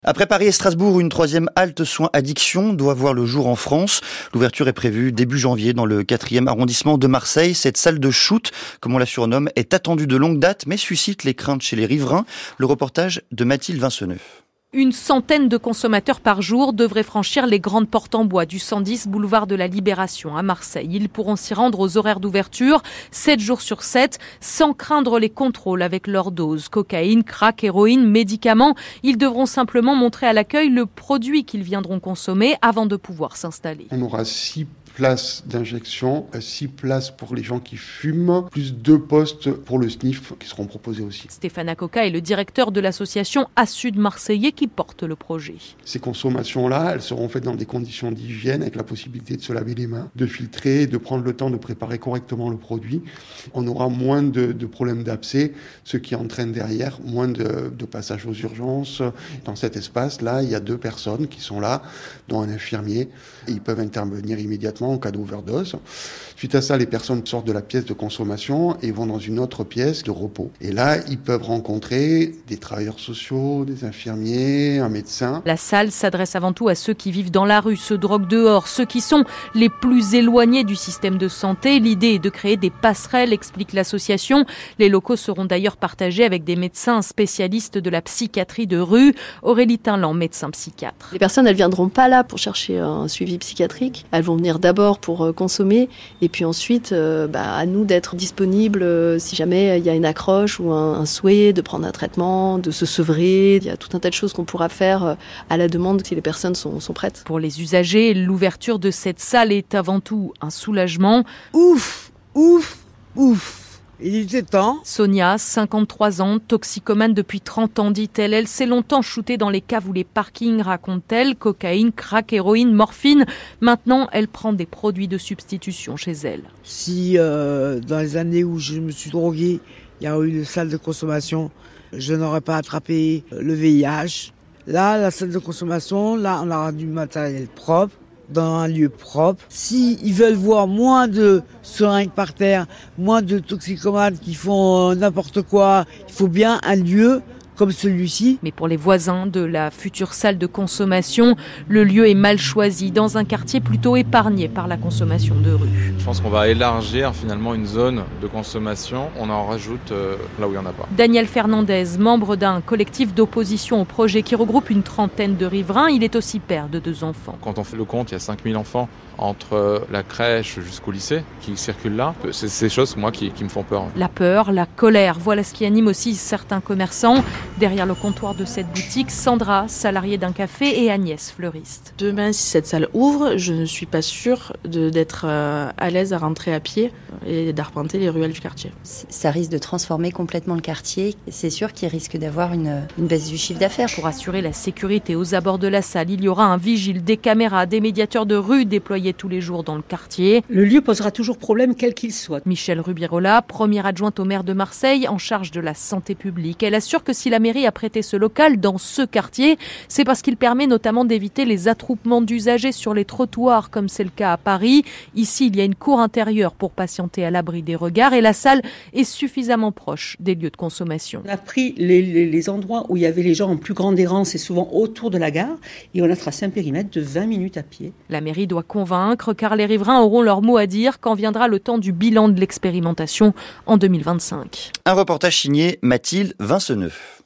Après Paris et Strasbourg, une troisième halte soins addiction doit voir le jour en France. L'ouverture est prévue début janvier dans le 4e arrondissement de Marseille. Cette salle de shoot, comme on la surnomme, est attendue de longue date, mais suscite les craintes chez les riverains. Le reportage de Mathilde Vinceneux. Une centaine de consommateurs par jour devraient franchir les grandes portes en bois du 110 boulevard de la Libération à Marseille. Ils pourront s'y rendre aux horaires d'ouverture, 7 jours sur 7, sans craindre les contrôles avec leur dose. Cocaïne, crack, héroïne, médicaments. Ils devront simplement montrer à l'accueil le produit qu'ils viendront consommer avant de pouvoir s'installer. On aura 6 places d'injection, 6 places pour les gens qui fument, plus 2 postes pour le sniff qui seront proposés aussi. Stéphane Acoca est le directeur de l'association Assud Marseillais qui porte le projet. Ces consommations-là, elles seront faites dans des conditions d'hygiène avec la possibilité de se laver les mains, de filtrer, de prendre le temps de préparer correctement le produit. On aura moins de problèmes d'abcès, ce qui entraîne derrière moins de passages aux urgences. Dans cet espace-là, il y a 2 personnes qui sont là, dont un infirmier. Et ils peuvent intervenir immédiatement en cas d'overdose. Suite à ça, les personnes sortent de la pièce de consommation et vont dans une autre pièce de repos. Et là, ils peuvent rencontrer des travailleurs sociaux, des infirmiers, un médecin. La salle s'adresse avant tout à ceux qui vivent dans la rue, se droguent dehors, ceux qui sont les plus éloignés du système de santé. L'idée est de créer des passerelles, explique l'association. Les locaux seront d'ailleurs partagés avec des médecins spécialistes de la psychiatrie de rue. Aurélie Tinlan, médecin psychiatre. Les personnes, elles viendront pas là pour chercher un suivi psychiatrique. Elles vont venir d'abord pour consommer et puis ensuite à nous d'être disponibles si jamais il y a une accroche ou un souhait de prendre un traitement, de se sevrer. Il y a tout un tas de choses qu'on pourra faire à la demande si les personnes sont prêtes. Pour les usagers, l'ouverture de cette salle est avant tout un soulagement. Ouf. Il était temps. Sonia, 53 ans, toxicomane depuis 30 ans, dit-elle. Elle s'est longtemps shootée dans les caves ou les parkings, raconte-t-elle. Cocaïne, crack, héroïne, morphine. Maintenant, elle prend des produits de substitution chez elle. Si dans les années où je me suis drogué, il y a eu une salle de consommation, je n'aurais pas attrapé le VIH. Là, la salle de consommation, là, on aura du matériel propre, dans un lieu propre. S'ils veulent voir moins de seringues par terre, moins de toxicomanes qui font n'importe quoi, il faut bien un lieu comme celui-ci. Mais pour les voisins de la future salle de consommation, le lieu est mal choisi, dans un quartier plutôt épargné par la consommation de rue. Je pense qu'on va élargir finalement une zone de consommation. On en rajoute là où il n'y en a pas. Daniel Fernandez, membre d'un collectif d'opposition au projet qui regroupe une trentaine de riverains, il est aussi père de 2 enfants. Quand on fait le compte, il y a 5000 enfants entre la crèche jusqu'au lycée qui circulent là. C'est ces choses, moi, qui me font peur. La peur, la colère, voilà ce qui anime aussi certains commerçants. Derrière le comptoir de cette boutique, Sandra, salariée d'un café, et Agnès, fleuriste. Demain, si cette salle ouvre, je ne suis pas sûre d'être à l'aise à rentrer à pied et d'arpenter les ruelles du quartier. Ça risque de transformer complètement le quartier. C'est sûr qu'il risque d'avoir une baisse du chiffre d'affaires. Pour assurer la sécurité aux abords de la salle, il y aura un vigile, des caméras, des médiateurs de rue déployés tous les jours dans le quartier. Le lieu posera toujours problème, quel qu'il soit. Michèle Rubirola, première adjointe au maire de Marseille, en charge de la santé publique. Elle assure que si la mairie a prêté ce local dans ce quartier, c'est parce qu'il permet notamment d'éviter les attroupements d'usagers sur les trottoirs, comme c'est le cas à Paris. Ici, il y a une cour intérieure pour patienter à l'abri des regards et la salle est suffisamment proche des lieux de consommation. On a pris les endroits où il y avait les gens en plus grande errance et souvent autour de la gare et on a tracé un périmètre de 20 minutes à pied. La mairie doit convaincre car les riverains auront leur mot à dire quand viendra le temps du bilan de l'expérimentation en 2025. Un reportage signé Mathilde Vinceneux.